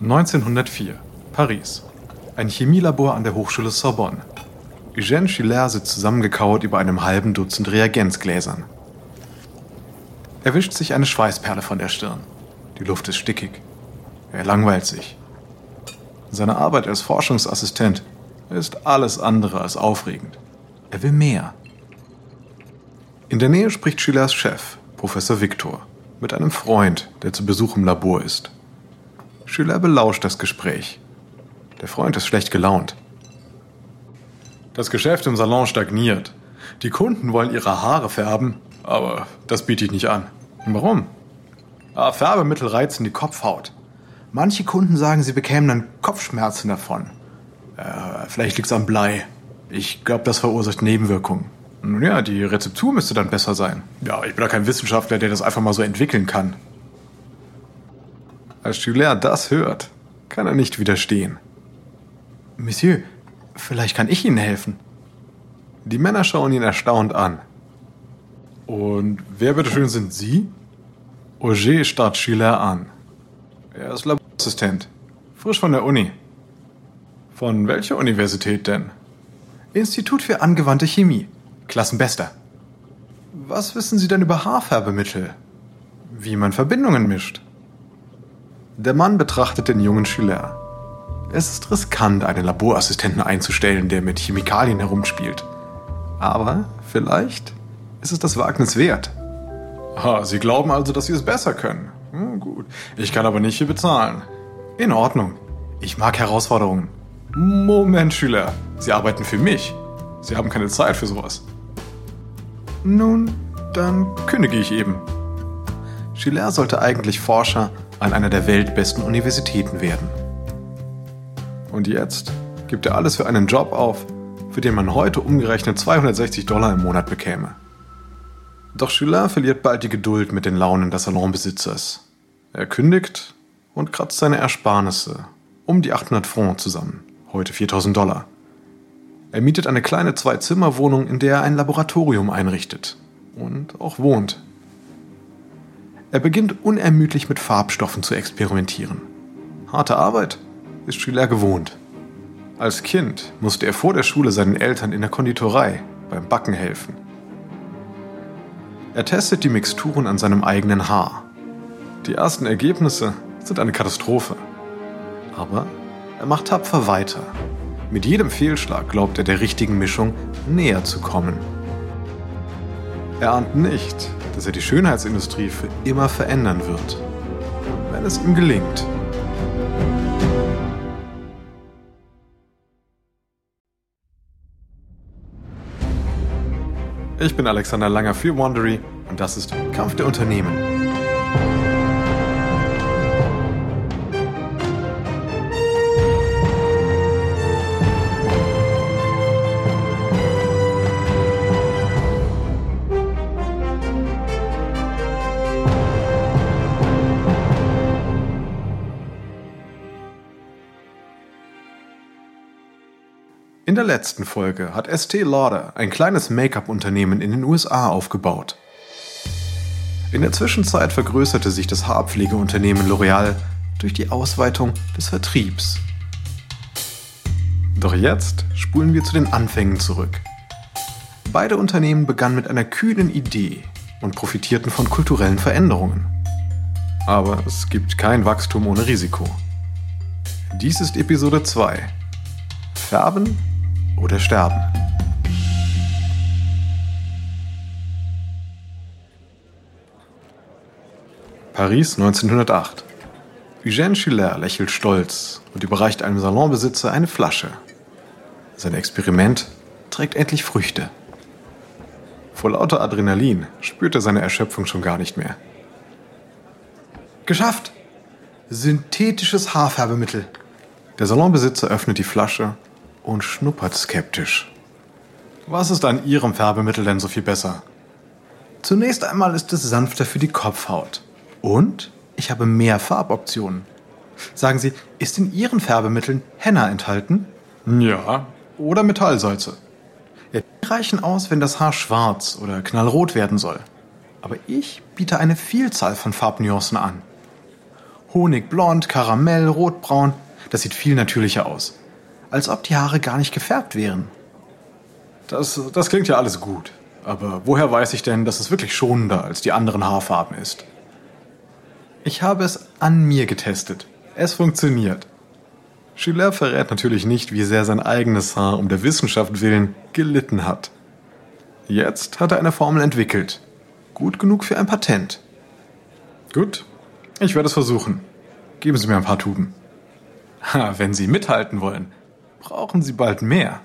1904, Paris. Ein Chemielabor an der Hochschule Sorbonne. Eugène Schueller sitzt zusammengekauert über einem halben Dutzend Reagenzgläsern. Er wischt sich eine Schweißperle von der Stirn. Die Luft ist stickig. Er langweilt sich. Seine Arbeit als Forschungsassistent ist alles andere als aufregend. Er will mehr. In der Nähe spricht Schuellers Chef, Professor Victor, mit einem Freund, der zu Besuch im Labor ist. Schueller belauscht das Gespräch. Der Freund ist schlecht gelaunt. Das Geschäft im Salon stagniert. Die Kunden wollen ihre Haare färben, aber das biete ich nicht an. Warum? Färbemittel reizen die Kopfhaut. Manche Kunden sagen, sie bekämen dann Kopfschmerzen davon. Vielleicht liegt es am Blei. Ich glaube, das verursacht Nebenwirkungen. Nun ja, die Rezeptur müsste dann besser sein. Ja, ich bin da kein Wissenschaftler, der das einfach mal so entwickeln kann. Als Schueller das hört, kann er nicht widerstehen. Monsieur, vielleicht kann ich Ihnen helfen. Die Männer schauen ihn erstaunt an. Und wer bitteschön sind Sie? Auger starrt Schueller an. Er ist Laborassistent. Frisch von der Uni. Von welcher Universität denn? Institut für angewandte Chemie. Klassenbester. Was wissen Sie denn über Haarfärbemittel? Wie man Verbindungen mischt? Der Mann betrachtet den jungen Schueller. Es ist riskant, einen Laborassistenten einzustellen, der mit Chemikalien herumspielt. Aber vielleicht ist es das Wagnis wert. Sie glauben also, dass Sie es besser können? Gut. Ich kann aber nicht viel bezahlen. In Ordnung. Ich mag Herausforderungen. Moment, Schueller. Sie arbeiten für mich. Sie haben keine Zeit für sowas. Nun, dann kündige ich eben. Schueller sollte eigentlich Forscher an einer der weltbesten Universitäten werden. Und jetzt gibt er alles für einen Job auf, für den man heute umgerechnet $260 im Monat bekäme. Doch Schueller verliert bald die Geduld mit den Launen des Salonbesitzers. Er kündigt und kratzt seine Ersparnisse um die 800 Francs zusammen, heute $4.000. Er mietet eine kleine 2-Zimmer-Wohnung, in der er ein Laboratorium einrichtet und auch wohnt. Er beginnt unermüdlich mit Farbstoffen zu experimentieren. Harte Arbeit ist Schueller gewohnt. Als Kind musste er vor der Schule seinen Eltern in der Konditorei beim Backen helfen. Er testet die Mixturen an seinem eigenen Haar. Die ersten Ergebnisse sind eine Katastrophe. Aber er macht tapfer weiter. Mit jedem Fehlschlag glaubt er, der richtigen Mischung näher zu kommen. Er ahnt nicht, dass er die Schönheitsindustrie für immer verändern wird, wenn es ihm gelingt. Ich bin Alexander Langer für Wondery und das ist Kampf der Unternehmen. In der letzten Folge hat Estée Lauder ein kleines Make-up-Unternehmen in den USA aufgebaut. In der Zwischenzeit vergrößerte sich das Haarpflegeunternehmen L'Oréal durch die Ausweitung des Vertriebs. Doch jetzt spulen wir zu den Anfängen zurück. Beide Unternehmen begannen mit einer kühnen Idee und profitierten von kulturellen Veränderungen. Aber es gibt kein Wachstum ohne Risiko. Dies ist Episode 2. Färben oder sterben. Paris 1908. Eugène Schueller lächelt stolz und überreicht einem Salonbesitzer eine Flasche. Sein Experiment trägt endlich Früchte. Vor lauter Adrenalin spürt er seine Erschöpfung schon gar nicht mehr. Geschafft! Synthetisches Haarfärbemittel. Der Salonbesitzer öffnet die Flasche und schnuppert skeptisch. Was ist an Ihrem Färbemittel denn so viel besser? Zunächst einmal ist es sanfter für die Kopfhaut. Und ich habe mehr Farboptionen. Sagen Sie, ist in Ihren Färbemitteln Henna enthalten? Ja, oder Metallsalze. Ja, die reichen aus, wenn das Haar schwarz oder knallrot werden soll. Aber ich biete eine Vielzahl von Farbnuancen an. Honigblond, Karamell, Rotbraun. Das sieht viel natürlicher aus. Als ob die Haare gar nicht gefärbt wären. Das klingt ja alles gut. Aber woher weiß ich denn, dass es wirklich schonender als die anderen Haarfarben ist? Ich habe es an mir getestet. Es funktioniert. Schiller verrät natürlich nicht, wie sehr sein eigenes Haar um der Wissenschaft willen gelitten hat. Jetzt hat er eine Formel entwickelt. Gut genug für ein Patent. Gut, ich werde es versuchen. Geben Sie mir ein paar Tuben. Wenn Sie mithalten wollen, brauchen Sie bald mehr.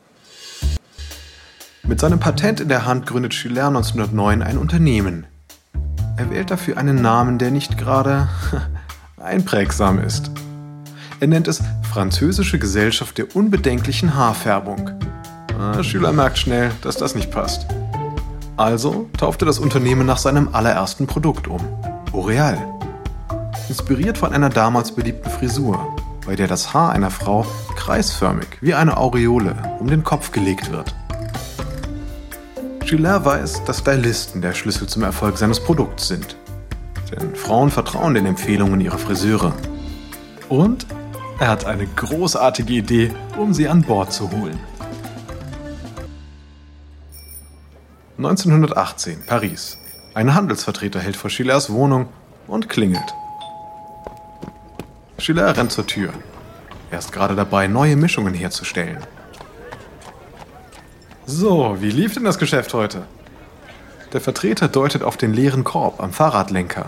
Mit seinem Patent in der Hand gründet Schiller 1909 ein Unternehmen. Er wählt dafür einen Namen, der nicht gerade einprägsam ist. Er nennt es Französische Gesellschaft der unbedenklichen Haarfärbung. Schiller merkt schnell, dass das nicht passt. Also tauft er das Unternehmen nach seinem allerersten Produkt um, Oreal. Inspiriert von einer damals beliebten Frisur, bei der das Haar einer Frau kreisförmig wie eine Aureole um den Kopf gelegt wird. Schiller weiß, dass Stylisten der Schlüssel zum Erfolg seines Produkts sind. Denn Frauen vertrauen den Empfehlungen ihrer Friseure. Und er hat eine großartige Idee, um sie an Bord zu holen. 1918, Paris. Ein Handelsvertreter hält vor Schillers Wohnung und klingelt. Schiller rennt zur Tür. Er ist gerade dabei, neue Mischungen herzustellen. So, wie lief denn das Geschäft heute? Der Vertreter deutet auf den leeren Korb am Fahrradlenker.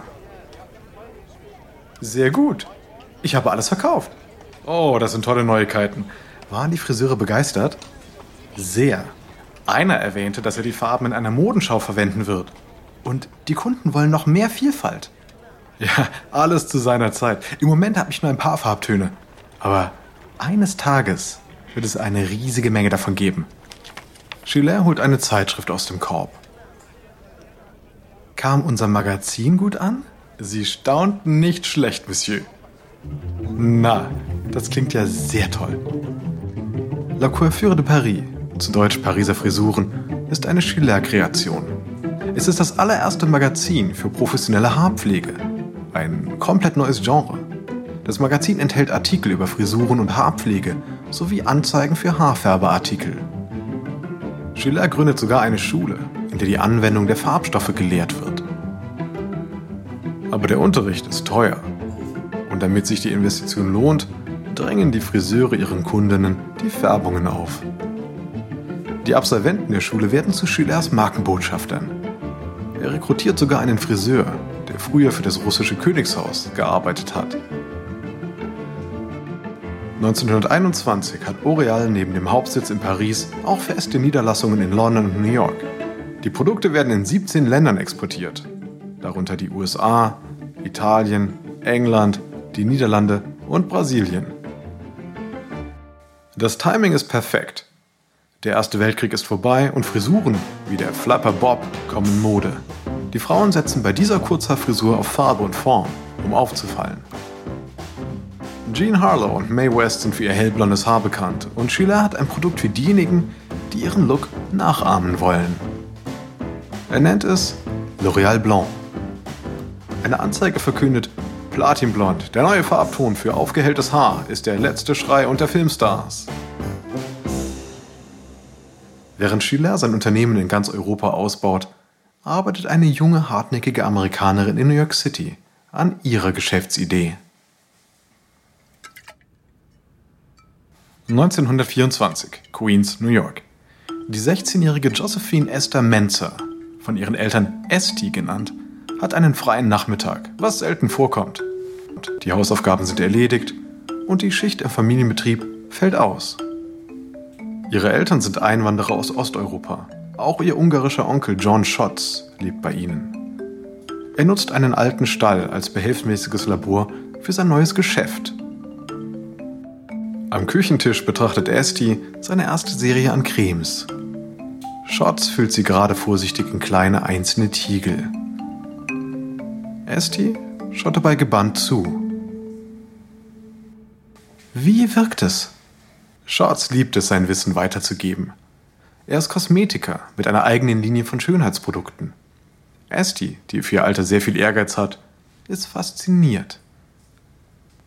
Sehr gut. Ich habe alles verkauft. Oh, das sind tolle Neuigkeiten. Waren die Friseure begeistert? Sehr. Einer erwähnte, dass er die Farben in einer Modenschau verwenden wird. Und die Kunden wollen noch mehr Vielfalt. Ja, alles zu seiner Zeit. Im Moment habe ich nur ein paar Farbtöne. Aber eines Tages wird es eine riesige Menge davon geben. Schiller holt eine Zeitschrift aus dem Korb. Kam unser Magazin gut an? Sie staunten nicht schlecht, Monsieur. Na, das klingt ja sehr toll. La Coiffure de Paris, zu Deutsch Pariser Frisuren, ist eine Schiller-Kreation. Es ist das allererste Magazin für professionelle Haarpflege. Ein komplett neues Genre. Das Magazin enthält Artikel über Frisuren und Haarpflege sowie Anzeigen für Haarfärbeartikel. Schiller gründet sogar eine Schule, in der die Anwendung der Farbstoffe gelehrt wird. Aber der Unterricht ist teuer. Und damit sich die Investition lohnt, drängen die Friseure ihren Kundinnen die Färbungen auf. Die Absolventen der Schule werden zu Schillers Markenbotschaftern. Er rekrutiert sogar einen Friseur, der früher für das russische Königshaus gearbeitet hat. 1921 hat Oreal neben dem Hauptsitz in Paris auch feste Niederlassungen in London und New York. Die Produkte werden in 17 Ländern exportiert, darunter die USA, Italien, England, die Niederlande und Brasilien. Das Timing ist perfekt. Der Erste Weltkrieg ist vorbei und Frisuren wie der Flapper Bob kommen in Mode. Die Frauen setzen bei dieser Kurzhaarfrisur auf Farbe und Form, um aufzufallen. Jean Harlow und Mae West sind für ihr hellblondes Haar bekannt und Schiller hat ein Produkt für diejenigen, die ihren Look nachahmen wollen. Er nennt es L'Oréal Blanc. Eine Anzeige verkündet: Platinblond, der neue Farbton für aufgehelltes Haar, ist der letzte Schrei unter Filmstars. Während Schiller sein Unternehmen in ganz Europa ausbaut, arbeitet eine junge, hartnäckige Amerikanerin in New York City an ihrer Geschäftsidee. 1924, Queens, New York. Die 16-jährige Josephine Esther Menzer, von ihren Eltern Esti genannt, hat einen freien Nachmittag, was selten vorkommt. Die Hausaufgaben sind erledigt und die Schicht im Familienbetrieb fällt aus. Ihre Eltern sind Einwanderer aus Osteuropa. Auch ihr ungarischer Onkel John Schatz lebt bei ihnen. Er nutzt einen alten Stall als behelfsmäßiges Labor für sein neues Geschäft. Am Küchentisch betrachtet Esti seine erste Serie an Cremes. Schatz füllt sie gerade vorsichtig in kleine einzelne Tiegel. Esti schaut dabei gebannt zu. Wie wirkt es? Schatz liebt es, sein Wissen weiterzugeben. Er ist Kosmetiker mit einer eigenen Linie von Schönheitsprodukten. Esti, die für ihr Alter sehr viel Ehrgeiz hat, ist fasziniert.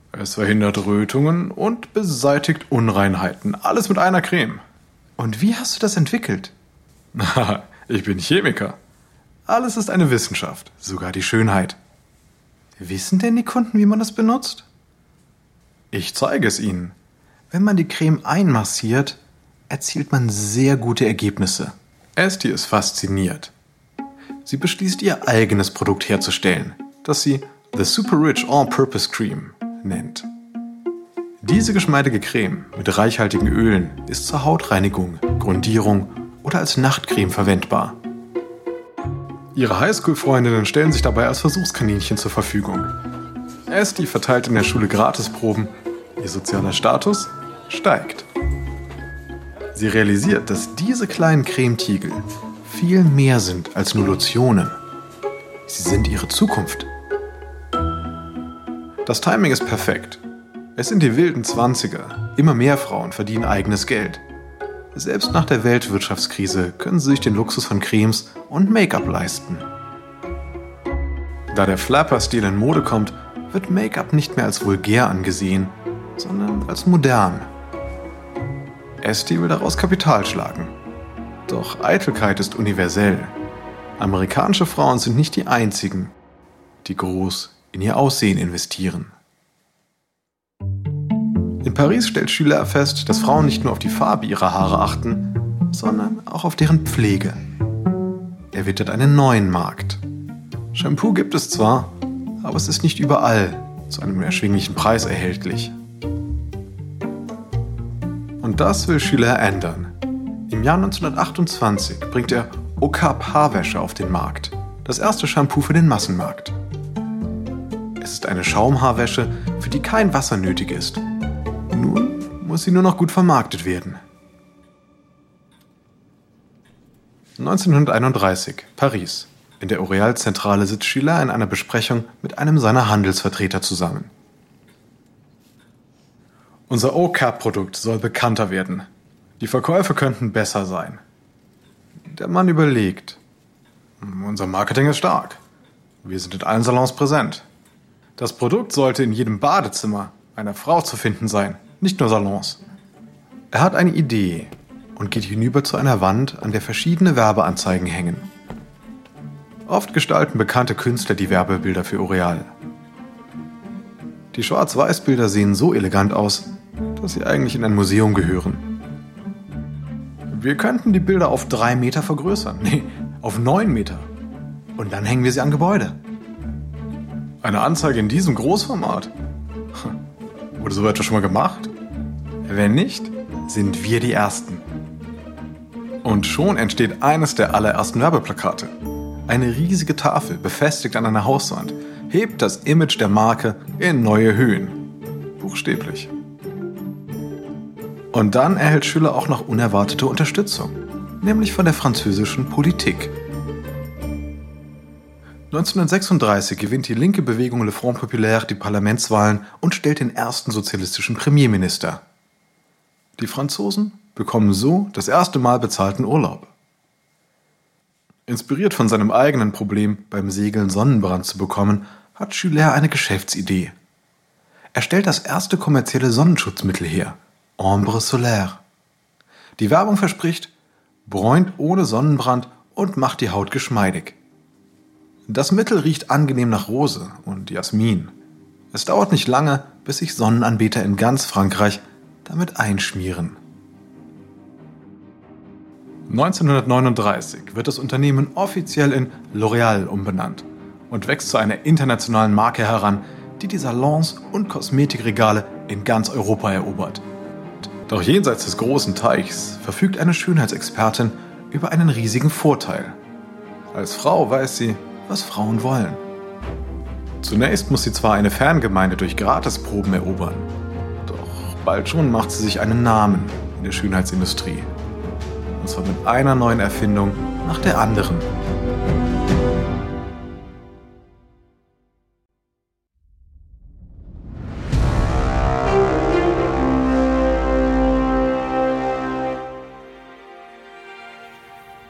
Es verhindert Rötungen und beseitigt Unreinheiten. Alles mit einer Creme. Und wie hast du das entwickelt? Ich bin Chemiker. Alles ist eine Wissenschaft, sogar die Schönheit. Wissen denn die Kunden, wie man das benutzt? Ich zeige es ihnen. Wenn man die Creme einmassiert, erzielt man sehr gute Ergebnisse. Esti ist fasziniert. Sie beschließt, ihr eigenes Produkt herzustellen, das sie The Super Rich All-Purpose Cream nennt. Diese geschmeidige Creme mit reichhaltigen Ölen ist zur Hautreinigung, Grundierung oder als Nachtcreme verwendbar. Ihre Highschool-Freundinnen stellen sich dabei als Versuchskaninchen zur Verfügung. Esti verteilt in der Schule Gratisproben. Ihr sozialer Status steigt. Sie realisiert, dass diese kleinen Cremetiegel viel mehr sind als nur Lotionen. Sie sind ihre Zukunft. Das Timing ist perfekt. Es sind die wilden 20er. Immer mehr Frauen verdienen eigenes Geld. Selbst nach der Weltwirtschaftskrise können sie sich den Luxus von Cremes und Make-up leisten. Da der Flapper-Stil in Mode kommt, wird Make-up nicht mehr als vulgär angesehen, sondern als modern. Esti will daraus Kapital schlagen. Doch Eitelkeit ist universell. Amerikanische Frauen sind nicht die einzigen, die groß in ihr Aussehen investieren. In Paris stellt Schüler fest, dass Frauen nicht nur auf die Farbe ihrer Haare achten, sondern auch auf deren Pflege. Er wittert einen neuen Markt. Shampoo gibt es zwar, aber es ist nicht überall zu einem erschwinglichen Preis erhältlich. Und das will Schüler ändern. Im Jahr 1928 bringt er Ocap Haarwäsche auf den Markt, das erste Shampoo für den Massenmarkt. Es ist eine Schaumhaarwäsche, für die kein Wasser nötig ist. Nun muss sie nur noch gut vermarktet werden. 1931, Paris. In der L'Oréal-Zentrale sitzt Schiller in einer Besprechung mit einem seiner Handelsvertreter zusammen. Unser Ocap-Produkt soll bekannter werden. Die Verkäufe könnten besser sein. Der Mann überlegt. Unser Marketing ist stark. Wir sind in allen Salons präsent. Das Produkt sollte in jedem Badezimmer einer Frau zu finden sein, nicht nur Salons. Er hat eine Idee und geht hinüber zu einer Wand, an der verschiedene Werbeanzeigen hängen. Oft gestalten bekannte Künstler die Werbebilder für L'Oréal. Die Schwarz-Weiß-Bilder sehen so elegant aus, dass sie eigentlich in ein Museum gehören. Wir könnten die Bilder auf 3 Meter vergrößern. Nee, auf 9 Meter. Und dann hängen wir sie an Gebäude. Eine Anzeige in diesem Großformat? Wurde so etwas schon mal gemacht? Wenn nicht, sind wir die Ersten. Und schon entsteht eines der allerersten Werbeplakate. Eine riesige Tafel, befestigt an einer Hauswand, hebt das Image der Marke in neue Höhen. Buchstäblich. Und dann erhält Schiller auch noch unerwartete Unterstützung, nämlich von der französischen Politik. 1936 gewinnt die linke Bewegung Le Front Populaire die Parlamentswahlen und stellt den ersten sozialistischen Premierminister. Die Franzosen bekommen so das erste Mal bezahlten Urlaub. Inspiriert von seinem eigenen Problem, beim Segeln Sonnenbrand zu bekommen, hat Schiller eine Geschäftsidee. Er stellt das erste kommerzielle Sonnenschutzmittel her, Ombre Solaire. Die Werbung verspricht, bräunt ohne Sonnenbrand und macht die Haut geschmeidig. Das Mittel riecht angenehm nach Rose und Jasmin. Es dauert nicht lange, bis sich Sonnenanbeter in ganz Frankreich damit einschmieren. 1939 wird das Unternehmen offiziell in L'Oréal umbenannt und wächst zu einer internationalen Marke heran, die Salons und Kosmetikregale in ganz Europa erobert. Doch jenseits des großen Teichs verfügt eine Schönheitsexpertin über einen riesigen Vorteil. Als Frau weiß sie, was Frauen wollen. Zunächst muss sie zwar eine Fangemeinde durch Gratisproben erobern, doch bald schon macht sie sich einen Namen in der Schönheitsindustrie. Und zwar mit einer neuen Erfindung nach der anderen.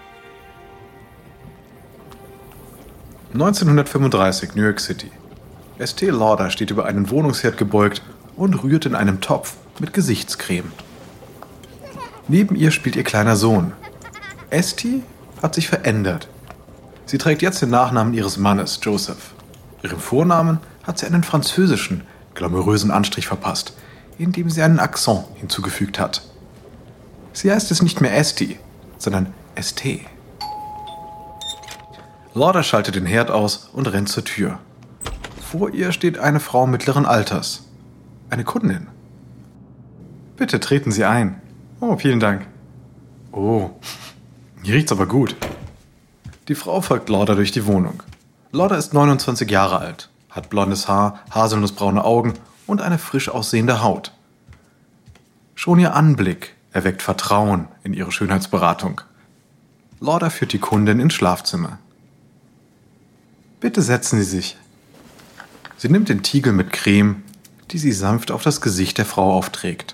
(1935) New York City. Estée Lauder steht über einen Wohnungsherd gebeugt und rührt in einem Topf mit Gesichtscreme. Neben ihr spielt ihr kleiner Sohn. Estée hat sich verändert. Sie trägt jetzt den Nachnamen ihres Mannes, Joseph. Ihrem Vornamen hat sie einen französischen, glamourösen Anstrich verpasst, indem sie einen Akzent hinzugefügt hat. Sie heißt es nicht mehr Estée, sondern Estée. Lauder schaltet den Herd aus und rennt zur Tür. Vor ihr steht eine Frau mittleren Alters. Eine Kundin. Bitte treten Sie ein. Oh, vielen Dank. Oh, hier riecht's aber gut. Die Frau folgt Lauder durch die Wohnung. Lauder ist 29 Jahre alt, hat blondes Haar, haselnussbraune Augen und eine frisch aussehende Haut. Schon ihr Anblick erweckt Vertrauen in ihre Schönheitsberatung. Lauder führt die Kundin ins Schlafzimmer. Bitte setzen Sie sich. Sie nimmt den Tiegel mit Creme, die sie sanft auf das Gesicht der Frau aufträgt.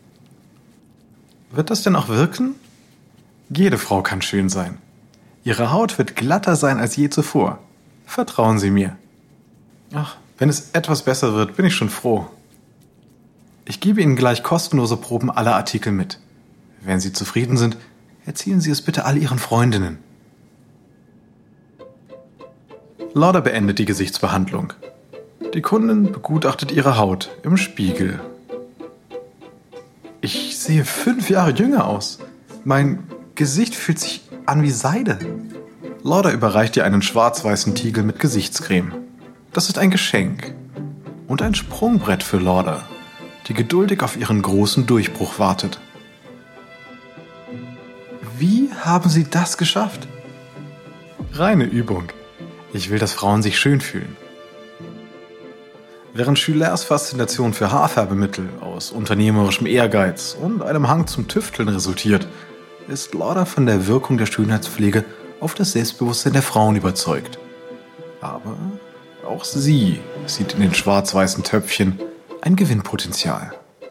Wird das denn auch wirken? Jede Frau kann schön sein. Ihre Haut wird glatter sein als je zuvor. Vertrauen Sie mir. Ach, wenn es etwas besser wird, bin ich schon froh. Ich gebe Ihnen gleich kostenlose Proben aller Artikel mit. Wenn Sie zufrieden sind, erzählen Sie es bitte all Ihren Freundinnen. Lauder beendet die Gesichtsbehandlung. Die Kundin begutachtet ihre Haut im Spiegel. Ich sehe 5 Jahre jünger aus. Mein Gesicht fühlt sich an wie Seide. Lauder überreicht ihr einen schwarz-weißen Tiegel mit Gesichtscreme. Das ist ein Geschenk. Und ein Sprungbrett für Lauder, die geduldig auf ihren großen Durchbruch wartet. Wie haben Sie das geschafft? Reine Übung. Ich will, dass Frauen sich schön fühlen. Während Schülers Faszination für Haarfärbemittel aus unternehmerischem Ehrgeiz und einem Hang zum Tüfteln resultiert, ist Lauder von der Wirkung der Schönheitspflege auf das Selbstbewusstsein der Frauen überzeugt. Aber auch sie sieht in den schwarz-weißen Töpfchen ein Gewinnpotenzial.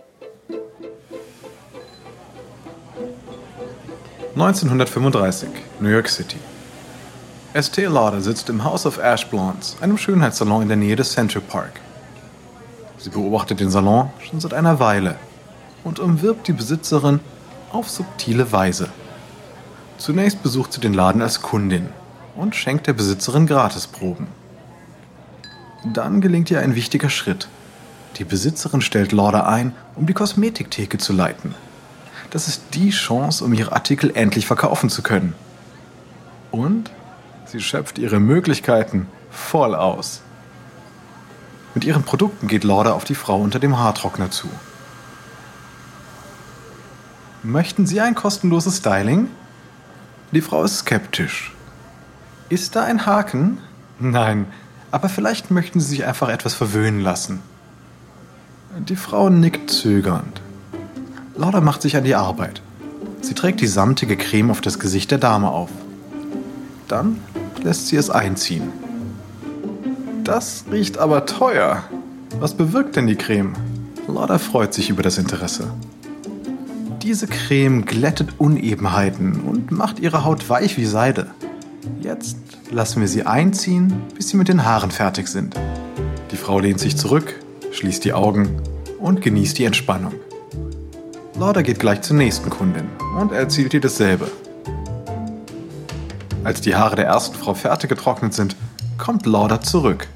1935, New York City. Estée Lauder sitzt im House of Ash Blondes, einem Schönheitssalon in der Nähe des Central Park. Sie beobachtet den Salon schon seit einer Weile und umwirbt die Besitzerin auf subtile Weise. Zunächst besucht sie den Laden als Kundin und schenkt der Besitzerin Gratisproben. Dann gelingt ihr ein wichtiger Schritt. Die Besitzerin stellt Lauder ein, um die Kosmetiktheke zu leiten. Das ist die Chance, um ihre Artikel endlich verkaufen zu können. Und sie schöpft ihre Möglichkeiten voll aus. Mit ihren Produkten geht Lauder auf die Frau unter dem Haartrockner zu. Möchten Sie ein kostenloses Styling? Die Frau ist skeptisch. Ist da ein Haken? Nein, aber vielleicht möchten Sie sich einfach etwas verwöhnen lassen. Die Frau nickt zögernd. Lauder macht sich an die Arbeit. Sie trägt die samtige Creme auf das Gesicht der Dame auf. Dann lässt sie es einziehen. Das riecht aber teuer. Was bewirkt denn die Creme? Lauder freut sich über das Interesse. Diese Creme glättet Unebenheiten und macht ihre Haut weich wie Seide. Jetzt lassen wir sie einziehen, bis sie mit den Haaren fertig sind. Die Frau lehnt sich zurück, schließt die Augen und genießt die Entspannung. Lauder geht gleich zur nächsten Kundin und erzählt ihr dasselbe. Als die Haare der ersten Frau fertig getrocknet sind, kommt Lauder zurück.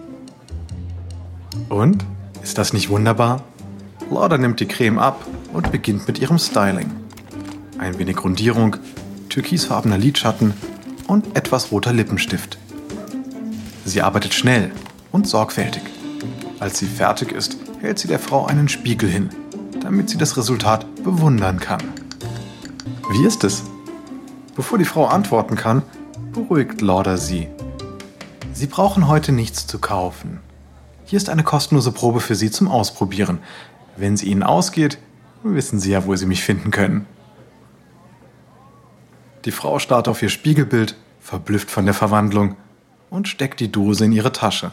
Und? Ist das nicht wunderbar? Lauder nimmt die Creme ab und beginnt mit ihrem Styling. Ein wenig Grundierung, türkisfarbener Lidschatten und etwas roter Lippenstift. Sie arbeitet schnell und sorgfältig. Als sie fertig ist, hält sie der Frau einen Spiegel hin, damit sie das Resultat bewundern kann. Wie ist es? Bevor die Frau antworten kann, beruhigt Lauder sie. Sie brauchen heute nichts zu kaufen. Hier ist eine kostenlose Probe für Sie zum Ausprobieren. Wenn sie Ihnen ausgeht, wissen Sie ja, wo Sie mich finden können. Die Frau starrt auf ihr Spiegelbild, verblüfft von der Verwandlung, und steckt die Dose in ihre Tasche.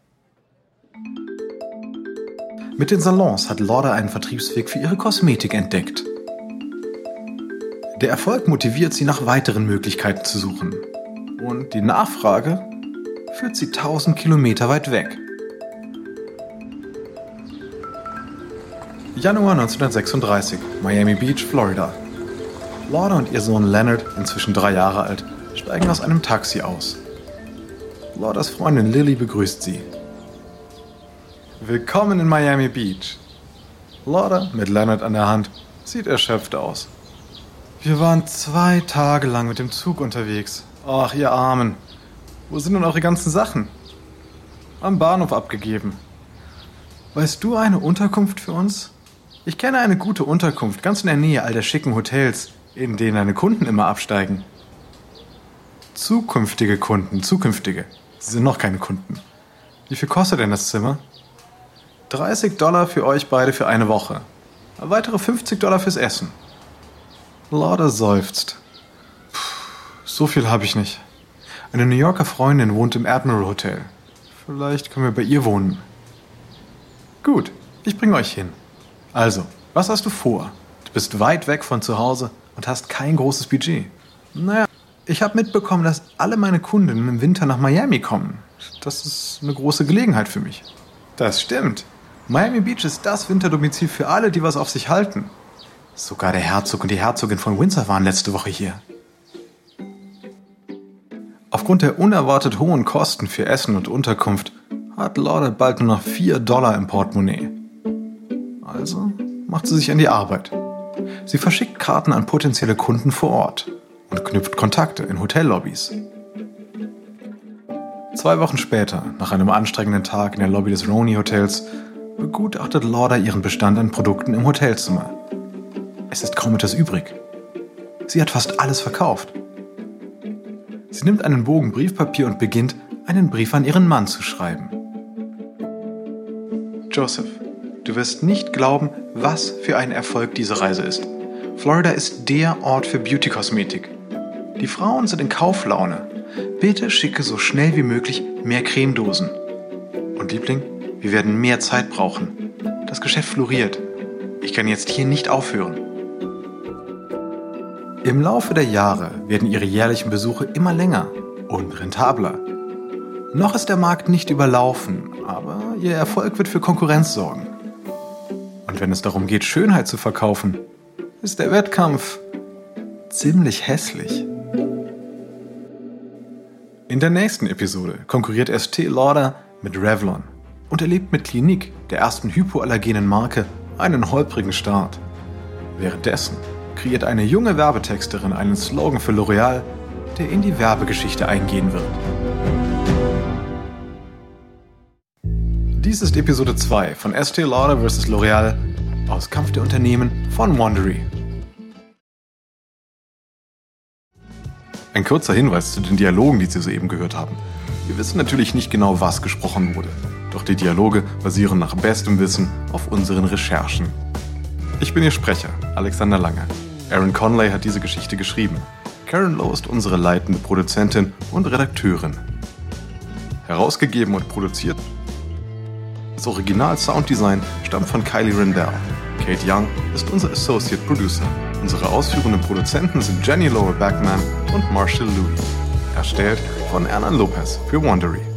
Mit den Salons hat Lauder einen Vertriebsweg für ihre Kosmetik entdeckt. Der Erfolg motiviert sie, nach weiteren Möglichkeiten zu suchen. Und die Nachfrage führt sie 1000 Kilometer weit weg. Januar 1936, Miami Beach, Florida. Lauder und ihr Sohn Leonard, inzwischen 3 Jahre alt, steigen aus einem Taxi aus. Lauders Freundin Lily begrüßt sie. Willkommen in Miami Beach. Lauder, mit Leonard an der Hand, sieht erschöpft aus. Wir waren 2 Tage lang mit dem Zug unterwegs. Ach, ihr Armen. Wo sind nun eure ganzen Sachen? Am Bahnhof abgegeben. Weißt du eine Unterkunft für uns? Ich kenne eine gute Unterkunft, ganz in der Nähe all der schicken Hotels, in denen deine Kunden immer absteigen. Zukünftige Kunden, zukünftige. Sie sind noch keine Kunden. Wie viel kostet denn das Zimmer? $30 für euch beide für eine Woche. Weitere $50 fürs Essen. Lauder seufzt. So viel habe ich nicht. Eine New Yorker Freundin wohnt im Admiral Hotel. Vielleicht können wir bei ihr wohnen. Gut, ich bringe euch hin. Also, was hast du vor? Du bist weit weg von zu Hause und hast kein großes Budget. Naja, ich habe mitbekommen, dass alle meine Kundinnen im Winter nach Miami kommen. Das ist eine große Gelegenheit für mich. Das stimmt. Miami Beach ist das Winterdomizil für alle, die was auf sich halten. Sogar der Herzog und die Herzogin von Windsor waren letzte Woche hier. Aufgrund der unerwartet hohen Kosten für Essen und Unterkunft hat Lauder bald nur noch $4 im Portemonnaie. Also macht sie sich an die Arbeit. Sie verschickt Karten an potenzielle Kunden vor Ort und knüpft Kontakte in Hotellobbys. 2 Wochen später, nach einem anstrengenden Tag in der Lobby des Roney Hotels, begutachtet Lauder ihren Bestand an Produkten im Hotelzimmer. Es ist kaum etwas übrig. Sie hat fast alles verkauft. Sie nimmt einen Bogen Briefpapier und beginnt, einen Brief an ihren Mann zu schreiben. Joseph, du wirst nicht glauben, was für ein Erfolg diese Reise ist. Florida ist der Ort für Beauty-Kosmetik. Die Frauen sind in Kauflaune. Bitte schicke so schnell wie möglich mehr Cremedosen. Und Liebling, wir werden mehr Zeit brauchen. Das Geschäft floriert. Ich kann jetzt hier nicht aufhören. Im Laufe der Jahre werden ihre jährlichen Besuche immer länger und rentabler. Noch ist der Markt nicht überlaufen, aber ihr Erfolg wird für Konkurrenz sorgen. Und wenn es darum geht, Schönheit zu verkaufen, ist der Wettkampf ziemlich hässlich. In der nächsten Episode konkurriert Estée Lauder mit Revlon und erlebt mit Clinique, der ersten hypoallergenen Marke, einen holprigen Start. Währenddessen kreiert eine junge Werbetexterin einen Slogan für L'Oreal, der in die Werbegeschichte eingehen wird. Dies ist Episode 2 von Estée Lauder vs. L'Oreal aus Kampf der Unternehmen von Wondery. Ein kurzer Hinweis zu den Dialogen, die Sie soeben gehört haben. Wir wissen natürlich nicht genau, was gesprochen wurde, doch die Dialoge basieren nach bestem Wissen auf unseren Recherchen. Ich bin Ihr Sprecher, Alexander Lange. Aaron Conley hat diese Geschichte geschrieben. Karen Lowe ist unsere leitende Produzentin und Redakteurin. Herausgegeben und produziert. Das Original-Sounddesign stammt von Kylie Rendell. Kate Young ist unser Associate Producer. Unsere ausführenden Produzenten sind Jenny Lowe Backman und Marshall Louis. Erstellt von Hernan Lopez für Wondery.